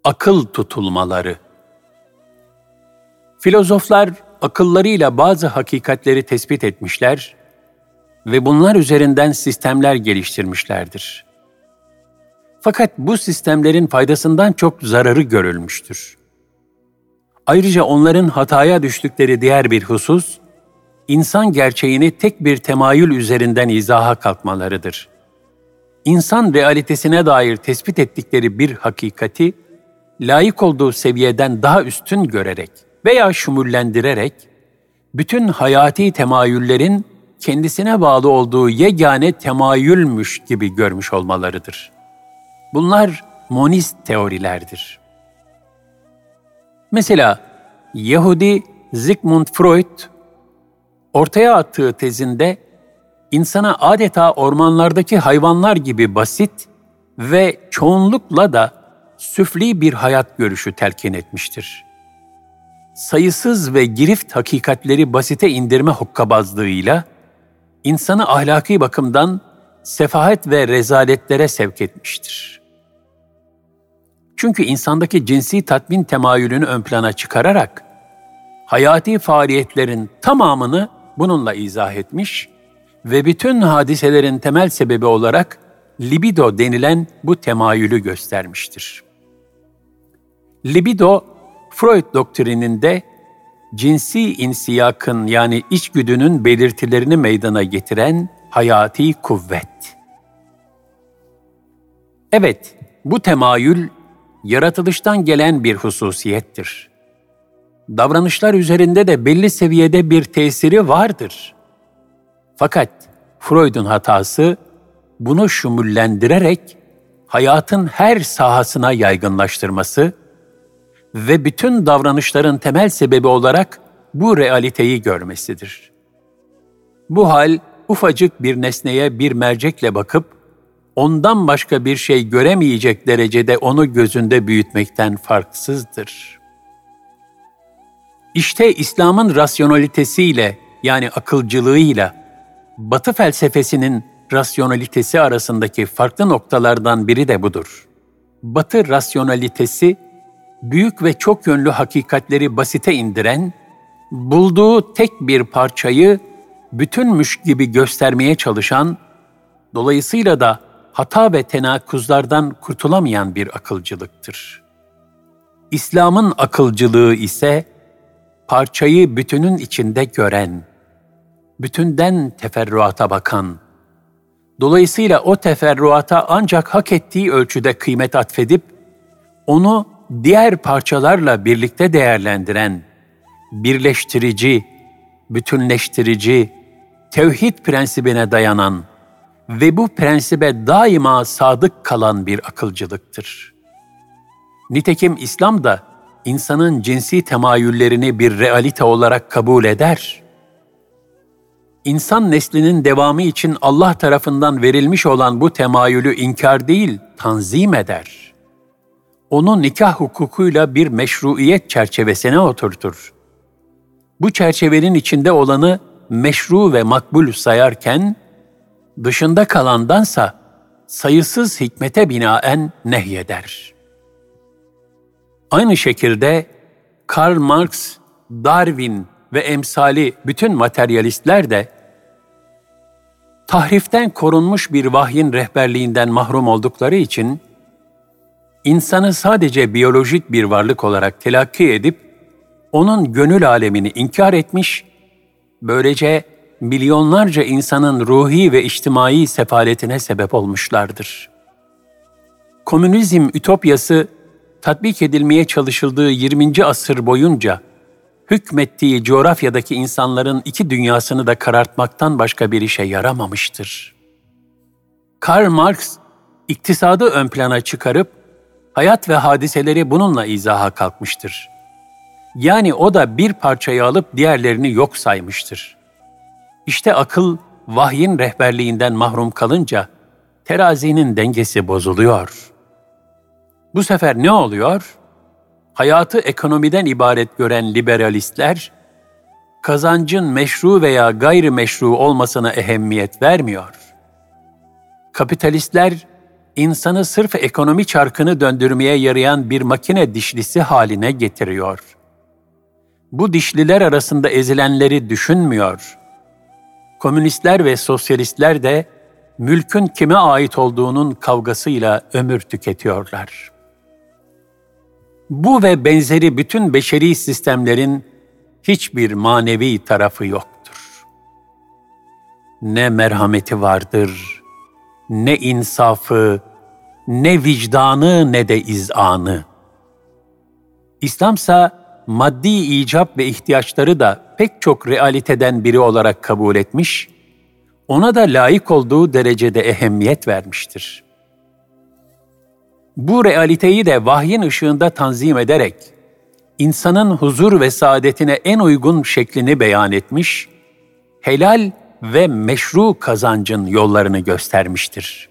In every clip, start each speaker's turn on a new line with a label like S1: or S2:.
S1: Akıl tutulmaları. Filozoflar akıllarıyla bazı hakikatleri tespit etmişler ve bunlar üzerinden sistemler geliştirmişlerdir. Fakat bu sistemlerin faydasından çok zararı görülmüştür. Ayrıca onların hataya düştükleri diğer bir husus, insan gerçeğini tek bir temayül üzerinden izaha kalkmalarıdır. İnsan realitesine dair tespit ettikleri bir hakikati, layık olduğu seviyeden daha üstün görerek veya şumullendirerek, bütün hayati temayüllerin kendisine bağlı olduğu yegane temayülmüş gibi görmüş olmalarıdır. Bunlar monist teorilerdir. Mesela Yahudi Sigmund Freud, ortaya attığı tezinde insana adeta ormanlardaki hayvanlar gibi basit ve çoğunlukla da süfli bir hayat görüşü telkin etmiştir. Sayısız ve girift hakikatleri basite indirme hokkabazlığıyla insanı ahlaki bakımdan sefahet ve rezaletlere sevk etmiştir. Çünkü insandaki cinsi tatmin temayülünü ön plana çıkararak hayati faaliyetlerin tamamını bununla izah etmiş ve bütün hadiselerin temel sebebi olarak libido denilen bu temayülü göstermiştir. Libido, Freud doktrininde cinsi insiyakın yani içgüdünün belirtilerini meydana getiren hayati kuvvet. Evet, bu temayül yaratılıştan gelen bir hususiyettir. Davranışlar üzerinde de belli seviyede bir tesiri vardır. Fakat Freud'un hatası bunu şumullendirerek hayatın her sahasına yaygınlaştırması ve bütün davranışların temel sebebi olarak bu realiteyi görmesidir. Bu hal ufacık bir nesneye bir mercekle bakıp ondan başka bir şey göremeyecek derecede onu gözünde büyütmekten farksızdır. İşte İslam'ın rasyonalitesiyle yani akılcılığıyla Batı felsefesinin rasyonalitesi arasındaki farklı noktalardan biri de budur. Batı rasyonalitesi, büyük ve çok yönlü hakikatleri basite indiren, bulduğu tek bir parçayı bütünmüş gibi göstermeye çalışan, dolayısıyla da hata ve tenakuzlardan kurtulamayan bir akılcılıktır. İslam'ın akılcılığı ise, parçayı bütünün içinde gören, bütünden teferruata bakan, dolayısıyla o teferruata ancak hak ettiği ölçüde kıymet atfedip, onu diğer parçalarla birlikte değerlendiren, birleştirici, bütünleştirici, tevhid prensibine dayanan ve bu prensibe daima sadık kalan bir akılcılıktır. Nitekim İslam da insanın cinsi temayüllerini bir realite olarak kabul eder. İnsan neslinin devamı için Allah tarafından verilmiş olan bu temayülü inkar değil, tanzim eder. Onu nikah hukukuyla bir meşruiyet çerçevesine oturtur. Bu çerçevenin içinde olanı meşru ve makbul sayarken, dışında kalandansa sayısız hikmete binaen nehyeder. Aynı şekilde Karl Marx, Darwin ve emsali bütün materyalistler de tahriften korunmuş bir vahyin rehberliğinden mahrum oldukları için insanı sadece biyolojik bir varlık olarak telakki edip onun gönül alemini inkar etmiş, böylece milyonlarca insanın ruhi ve içtimai sefaletine sebep olmuşlardır. Komünizm ütopyası tatbik edilmeye çalışıldığı 20. asır boyunca hükmettiği coğrafyadaki insanların iki dünyasını da karartmaktan başka bir işe yaramamıştır. Karl Marx, iktisadı ön plana çıkarıp, hayat ve hadiseleri bununla izaha kalkmıştır. Yani o da bir parçayı alıp diğerlerini yok saymıştır. İşte akıl, vahyin rehberliğinden mahrum kalınca, terazinin dengesi bozuluyor. Bu sefer ne oluyor? Hayatı ekonomiden ibaret gören liberalistler, kazancın meşru veya gayrimeşru olmasına ehemmiyet vermiyor. Kapitalistler, insanı sırf ekonomi çarkını döndürmeye yarayan bir makine dişlisi haline getiriyor. Bu dişliler arasında ezilenleri düşünmüyor. Komünistler ve sosyalistler de mülkün kime ait olduğunun kavgasıyla ömür tüketiyorlar. Bu ve benzeri bütün beşeri sistemlerin hiçbir manevi tarafı yoktur. Ne merhameti vardır, ne insafı, ne vicdanı, ne de izanı. İslamsa maddi icap ve ihtiyaçları da pek çok realiteden biri olarak kabul etmiş, ona da layık olduğu derecede ehemmiyet vermiştir. Bu realiteyi de vahyin ışığında tanzim ederek, insanın huzur ve saadetine en uygun şeklini beyan etmiş, helal ve meşru kazancın yollarını göstermiştir.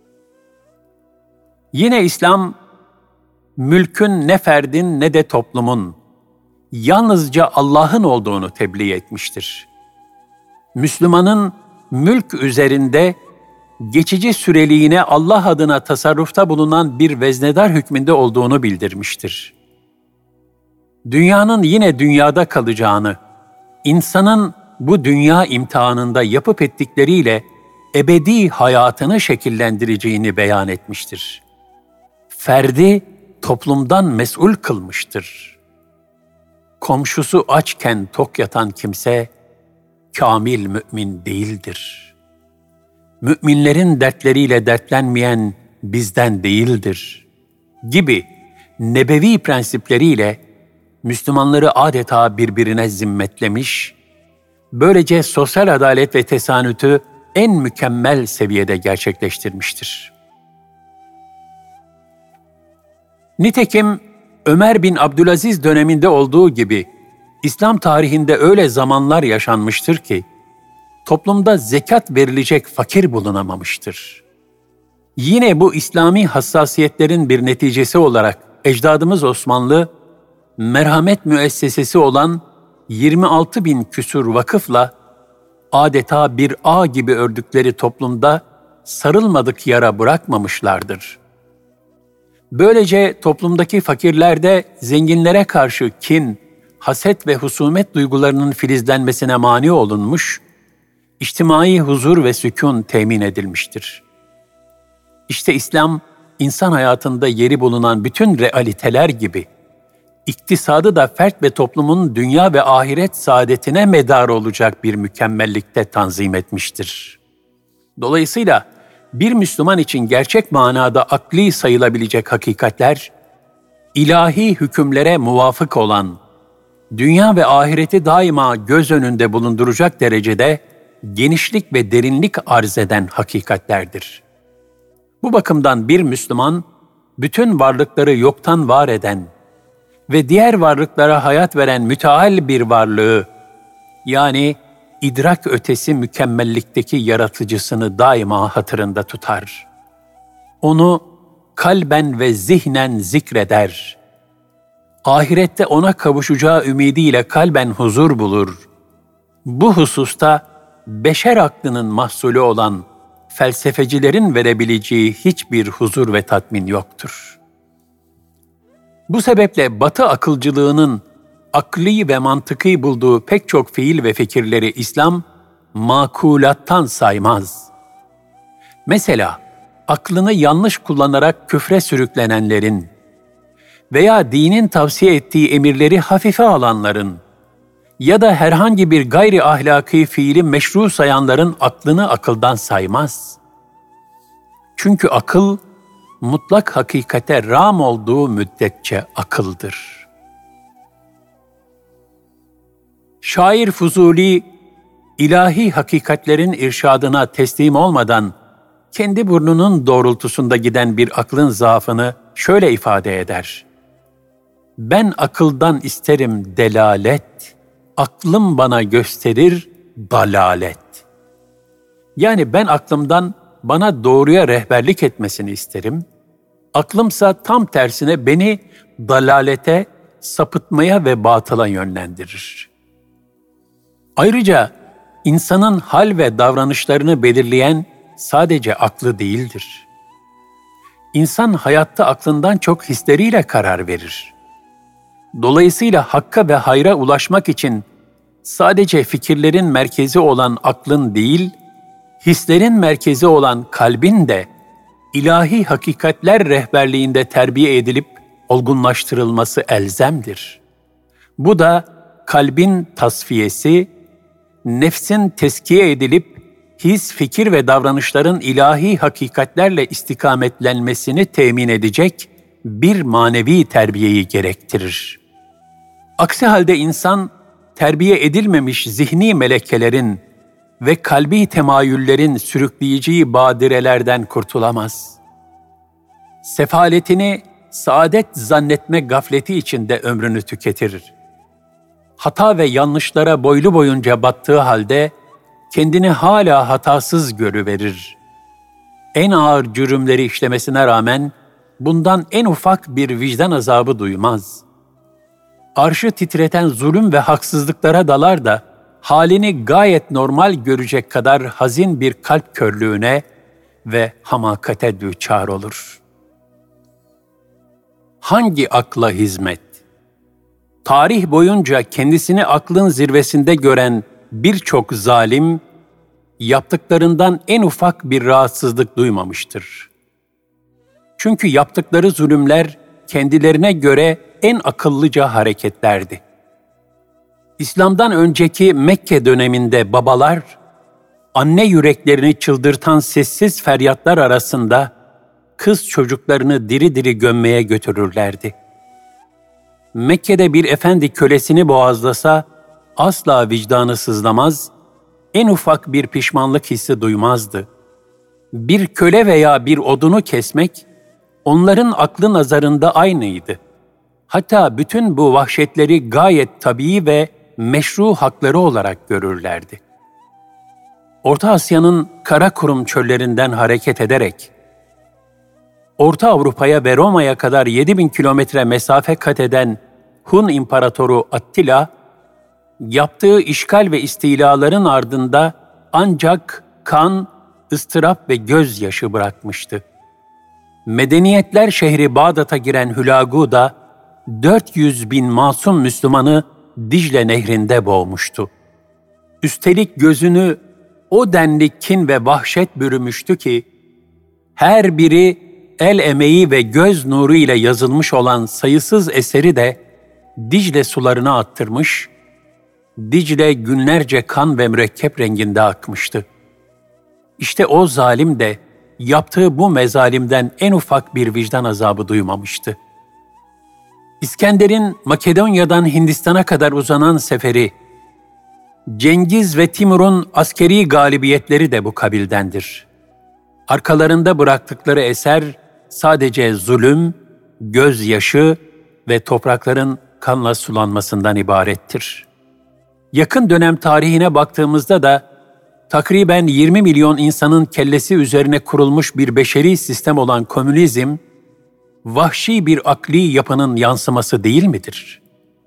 S1: Yine İslam, mülkün ne ferdin ne de toplumun, yalnızca Allah'ın olduğunu tebliğ etmiştir. Müslümanın mülk üzerinde geçici süreliğine Allah adına tasarrufta bulunan bir veznedar hükmünde olduğunu bildirmiştir. Dünyanın yine dünyada kalacağını, insanın bu dünya imtihanında yapıp ettikleriyle ebedi hayatını şekillendireceğini beyan etmiştir. Ferdi toplumdan mesul kılmıştır. Komşusu açken tok yatan kimse, kamil mümin değildir. Müminlerin dertleriyle dertlenmeyen bizden değildir gibi nebevi prensipleriyle Müslümanları adeta birbirine zimmetlemiş, böylece sosyal adalet ve tesanütü en mükemmel seviyede gerçekleştirmiştir. Nitekim Ömer bin Abdülaziz döneminde olduğu gibi İslam tarihinde öyle zamanlar yaşanmıştır ki toplumda zekat verilecek fakir bulunamamıştır. Yine bu İslami hassasiyetlerin bir neticesi olarak ecdadımız Osmanlı, merhamet müessesesi olan 26 bin küsur vakıfla adeta bir ağ gibi ördükleri toplumda sarılmadık yara bırakmamışlardır. Böylece toplumdaki fakirlerde zenginlere karşı kin, haset ve husumet duygularının filizlenmesine mani olunmuş, içtimai huzur ve sükun temin edilmiştir. İşte İslam, insan hayatında yeri bulunan bütün realiteler gibi, iktisadı da fert ve toplumun dünya ve ahiret saadetine medar olacak bir mükemmellikte tanzim etmiştir. Dolayısıyla bir Müslüman için gerçek manada akli sayılabilecek hakikatler, ilahi hükümlere muvafık olan, dünya ve ahireti daima göz önünde bulunduracak derecede genişlik ve derinlik arz eden hakikatlerdir. Bu bakımdan bir Müslüman, bütün varlıkları yoktan var eden ve diğer varlıklara hayat veren müteal bir varlığı, yani idrak ötesi mükemmellikteki yaratıcısını daima hatırında tutar. Onu kalben ve zihnen zikreder. Ahirette ona kavuşacağı ümidiyle kalben huzur bulur. Bu hususta beşer aklının mahsulü olan felsefecilerin verebileceği hiçbir huzur ve tatmin yoktur. Bu sebeple Batı akılcılığının akli ve mantıki bulduğu pek çok fiil ve fikirleri İslam, makulattan saymaz. Mesela, aklını yanlış kullanarak küfre sürüklenenlerin veya dinin tavsiye ettiği emirleri hafife alanların ya da herhangi bir gayri ahlaki fiili meşru sayanların aklını akıldan saymaz. Çünkü akıl, mutlak hakikate rağm olduğu müddetçe akıldır. Şair Fuzuli, ilahi hakikatlerin irşadına teslim olmadan, kendi burnunun doğrultusunda giden bir aklın zaafını şöyle ifade eder: "Ben akıldan isterim delalet, aklım bana gösterir dalalet." Yani ben aklımdan bana doğruya rehberlik etmesini isterim, aklımsa tam tersine beni dalalete, sapıtmaya ve batıla yönlendirir. Ayrıca insanın hal ve davranışlarını belirleyen sadece aklı değildir. İnsan hayatta aklından çok hisleriyle karar verir. Dolayısıyla hakka ve hayra ulaşmak için sadece fikirlerin merkezi olan aklın değil, hislerin merkezi olan kalbin de ilahi hakikatler rehberliğinde terbiye edilip olgunlaştırılması elzemdir. Bu da kalbin tasfiyesi, nefsin teskiye edilip his, fikir ve davranışların ilahi hakikatlerle istikametlenmesini temin edecek bir manevi terbiyeyi gerektirir. Aksi halde insan, terbiye edilmemiş zihni melekelerin ve kalbi temayüllerin sürükleyeceği badirelerden kurtulamaz. Sefaletini saadet zannetme gafleti içinde ömrünü tüketir. Hata ve yanlışlara boylu boyunca battığı halde kendini hala hatasız görüverir. En ağır cürümleri işlemesine rağmen bundan en ufak bir vicdan azabı duymaz. Arşı titreten zulüm ve haksızlıklara dalar da halini gayet normal görecek kadar hazin bir kalp körlüğüne ve hamakate düçar olur. Hangi akla hizmet? Tarih boyunca kendisini aklın zirvesinde gören birçok zalim, yaptıklarından en ufak bir rahatsızlık duymamıştır. Çünkü yaptıkları zulümler kendilerine göre en akıllıca hareketlerdi. İslam'dan önceki Mekke döneminde babalar, anne yüreklerini çıldırtan sessiz feryatlar arasında kız çocuklarını diri diri gömmeye götürürlerdi. Mekke'de bir efendi kölesini boğazlasa asla vicdanı sızlamaz, en ufak bir pişmanlık hissi duymazdı. Bir köle veya bir odunu kesmek onların aklı nazarında aynıydı. Hatta bütün bu vahşetleri gayet tabii ve meşru hakları olarak görürlerdi. Orta Asya'nın Karakurum çöllerinden hareket ederek Orta Avrupa'ya ve Roma'ya kadar 7.000 kilometre mesafe kat eden Hun İmparatoru Attila, yaptığı işgal ve istilaların ardında ancak kan, ıstırap ve gözyaşı bırakmıştı. Medeniyetler şehri Bağdat'a giren Hülagu da 400.000 masum Müslümanı Dicle Nehri'nde boğmuştu. Üstelik gözünü o denli kin ve vahşet bürümüştü ki, her biri el emeği ve göz nuru ile yazılmış olan sayısız eseri de Dicle sularına attırmış, Dicle günlerce kan ve mürekkep renginde akmıştı. İşte o zalim de yaptığı bu mezalimden en ufak bir vicdan azabı duymamıştı. İskender'in Makedonya'dan Hindistan'a kadar uzanan seferi, Cengiz ve Timur'un askeri galibiyetleri de bu kabildendir. Arkalarında bıraktıkları eser sadece zulüm, gözyaşı ve toprakların kanla sulanmasından ibarettir. Yakın dönem tarihine baktığımızda da takriben 20 milyon insanın kellesi üzerine kurulmuş bir beşeri sistem olan komünizm, vahşi bir akli yapının yansıması değil midir?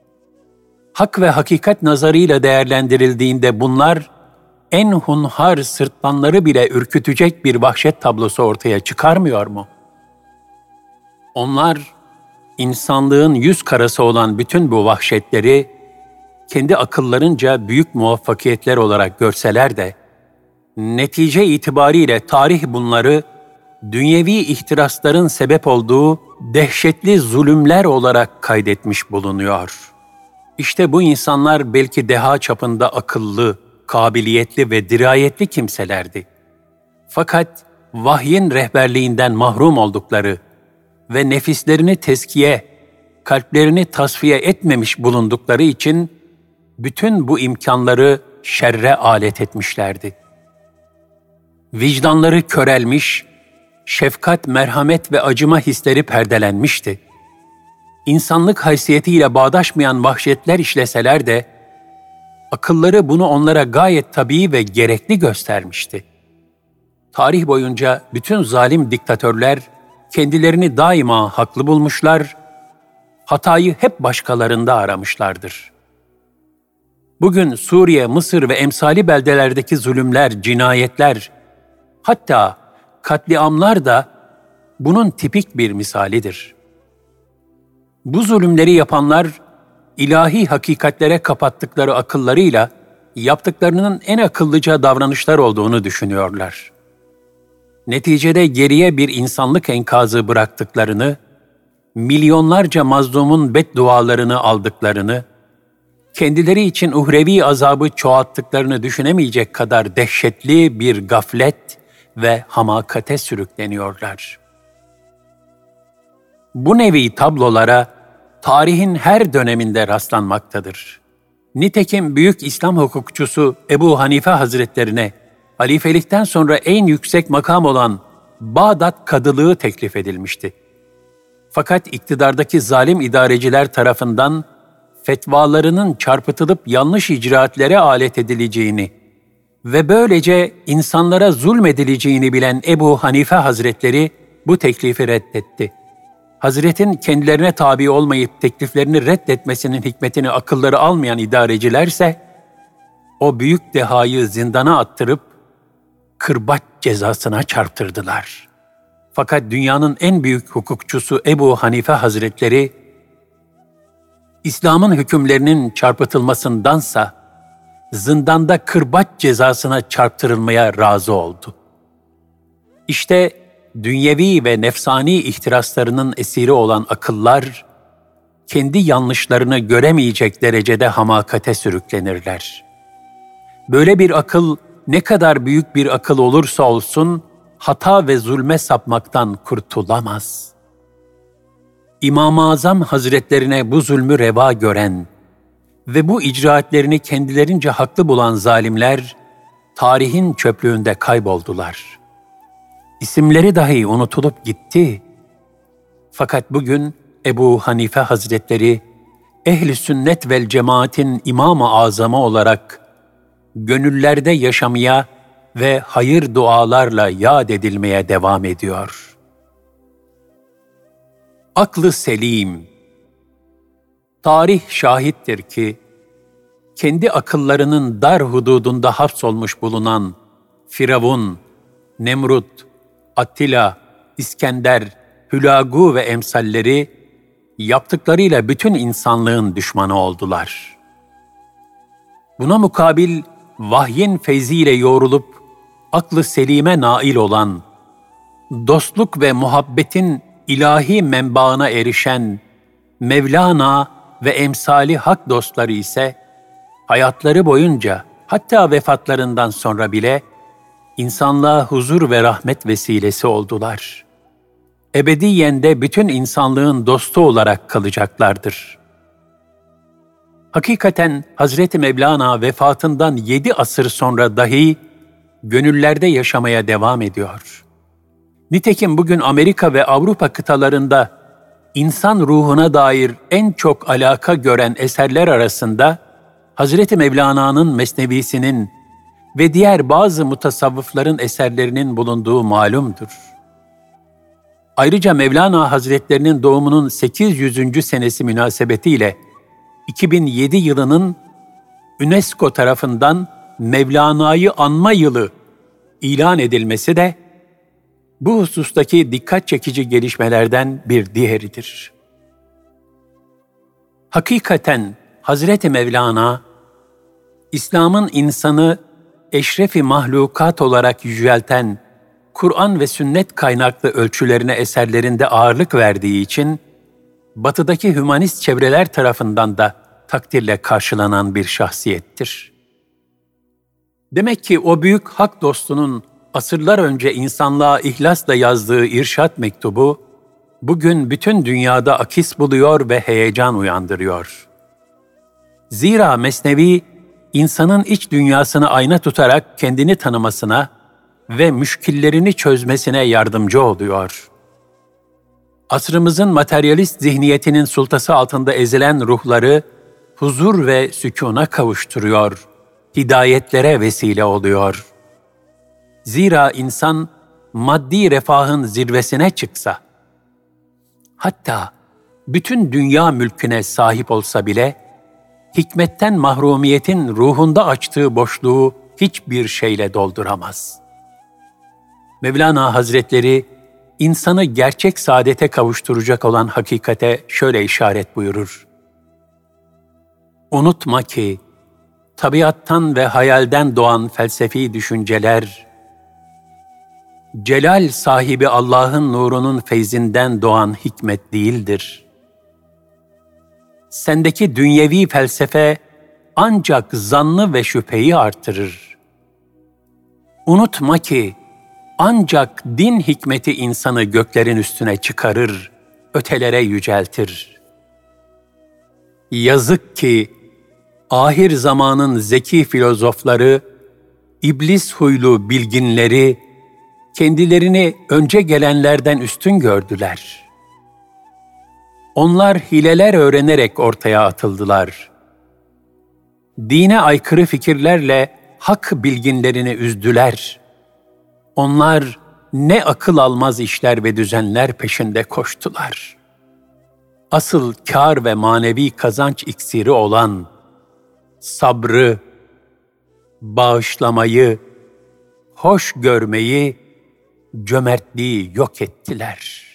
S1: Hak ve hakikat nazarıyla değerlendirildiğinde bunlar, en hunhar sırtlanları bile ürkütecek bir vahşet tablosu ortaya çıkarmıyor mu? Onlar, insanlığın yüz karası olan bütün bu vahşetleri, kendi akıllarınca büyük muvaffakiyetler olarak görseler de, netice itibariyle tarih bunları, dünyevi ihtirasların sebep olduğu dehşetli zulümler olarak kaydetmiş bulunuyor. İşte bu insanlar belki deha çapında akıllı, kabiliyetli ve dirayetli kimselerdi. Fakat vahyin rehberliğinden mahrum oldukları ve nefislerini teskiye, kalplerini tasfiye etmemiş bulundukları için bütün bu imkanları şerre alet etmişlerdi. Vicdanları körelmiş, şefkat, merhamet ve acıma hisleri perdelenmişti. İnsanlık haysiyetiyle bağdaşmayan vahşetler işleseler de, akılları bunu onlara gayet tabii ve gerekli göstermişti. Tarih boyunca bütün zalim diktatörler kendilerini daima haklı bulmuşlar, hatayı hep başkalarında aramışlardır. Bugün Suriye, Mısır ve emsali beldelerdeki zulümler, cinayetler, hatta katliamlar da bunun tipik bir misalidir. Bu zulümleri yapanlar, ilahi hakikatlere kapattıkları akıllarıyla yaptıklarının en akıllıca davranışlar olduğunu düşünüyorlar. Neticede geriye bir insanlık enkazı bıraktıklarını, milyonlarca mazlumun beddualarını aldıklarını, kendileri için uhrevi azabı çoğalttıklarını düşünemeyecek kadar dehşetli bir gaflet ve hamakate sürükleniyorlar. Bu nevi tablolara tarihin her döneminde rastlanmaktadır. Nitekim büyük İslam hukukçusu Ebu Hanife Hazretlerine halifelikten sonra en yüksek makam olan Bağdat kadılığı teklif edilmişti. Fakat iktidardaki zalim idareciler tarafından fetvalarının çarpıtılıp yanlış icraatlere alet edileceğini ve böylece insanlara zulmedileceğini bilen Ebu Hanife Hazretleri bu teklifi reddetti. Hazretin kendilerine tabi olmayıp tekliflerini reddetmesinin hikmetini akılları almayan idarecilerse, o büyük dehayı zindana attırıp kırbaç cezasına çarptırdılar. Fakat dünyanın en büyük hukukçusu Ebu Hanife Hazretleri, İslam'ın hükümlerinin çarpıtılmasındansa, zindanda kırbaç cezasına çarptırılmaya razı oldu. İşte dünyevi ve nefsani ihtiraslarının esiri olan akıllar, kendi yanlışlarını göremeyecek derecede hamakate sürüklenirler. Böyle bir akıl, ne kadar büyük bir akıl olursa olsun, hata ve zulme sapmaktan kurtulamaz. İmam-ı Azam Hazretlerine bu zulmü reva gören ve bu icraatlerini kendilerince haklı bulan zalimler, tarihin çöplüğünde kayboldular. İsimleri dahi unutulup gitti. Fakat bugün Ebu Hanife Hazretleri, ehl-i sünnet vel cemaatin İmam-ı Azamı olarak gönüllerde yaşamaya ve hayır dualarla yad edilmeye devam ediyor. Aklı selim. Tarih şahittir ki, kendi akıllarının dar hududunda hapsolmuş bulunan Firavun, Nemrut, Attila, İskender, Hülagu ve emsalleri, yaptıklarıyla bütün insanlığın düşmanı oldular. Buna mukabil, vahyin feyziyle yoğrulup, aklı selime nail olan, dostluk ve muhabbetin ilahi menbaına erişen Mevlana ve emsali hak dostları ise, hayatları boyunca, hatta vefatlarından sonra bile, insanlığa huzur ve rahmet vesilesi oldular. Ebediyen de bütün insanlığın dostu olarak kalacaklardır. Hakikaten Hazreti Mevlana vefatından 7 asır sonra dahi gönüllerde yaşamaya devam ediyor. Nitekim bugün Amerika ve Avrupa kıtalarında insan ruhuna dair en çok alaka gören eserler arasında Hazreti Mevlana'nın Mesnevisinin ve diğer bazı mutasavvıfların eserlerinin bulunduğu malumdur. Ayrıca Mevlana Hazretlerinin doğumunun 800. senesi münasebetiyle 2007 yılının UNESCO tarafından Mevlana'yı anma yılı ilan edilmesi de bu husustaki dikkat çekici gelişmelerden bir diğeridir. Hakikaten Hazreti Mevlana, İslam'ın insanı eşrefi mahlukat olarak yücelten Kur'an ve sünnet kaynaklı ölçülerine eserlerinde ağırlık verdiği için, batıdaki hümanist çevreler tarafından da takdirle karşılanan bir şahsiyettir. Demek ki o büyük hak dostunun asırlar önce insanlığa ihlasla yazdığı irşat mektubu, bugün bütün dünyada akis buluyor ve heyecan uyandırıyor. Zira Mesnevi, insanın iç dünyasını ayna tutarak kendini tanımasına ve müşkillerini çözmesine yardımcı oluyor. Asrımızın materyalist zihniyetinin sultası altında ezilen ruhları huzur ve sükûna kavuşturuyor, hidayetlere vesile oluyor. Zira insan maddi refahın zirvesine çıksa, hatta bütün dünya mülküne sahip olsa bile, hikmetten mahrumiyetin ruhunda açtığı boşluğu hiçbir şeyle dolduramaz. Mevlana Hazretleri, insanı gerçek saadete kavuşturacak olan hakikate şöyle işaret buyurur. Unutma ki, tabiattan ve hayalden doğan felsefi düşünceler, celal sahibi Allah'ın nurunun feyzinden doğan hikmet değildir. Sendeki dünyevi felsefe ancak zannı ve şüpheyi artırır. Unutma ki, ancak din hikmeti insanı göklerin üstüne çıkarır, ötelere yüceltir. Yazık ki, ahir zamanın zeki filozofları, iblis huylu bilginleri, kendilerini önce gelenlerden üstün gördüler. Onlar hileler öğrenerek ortaya atıldılar. Dine aykırı fikirlerle hak bilginlerini üzdüler. Onlar ne akıl almaz işler ve düzenler peşinde koştular. Asıl kâr ve manevi kazanç iksiri olan sabrı, bağışlamayı, hoş görmeyi, cömertliği yok ettiler.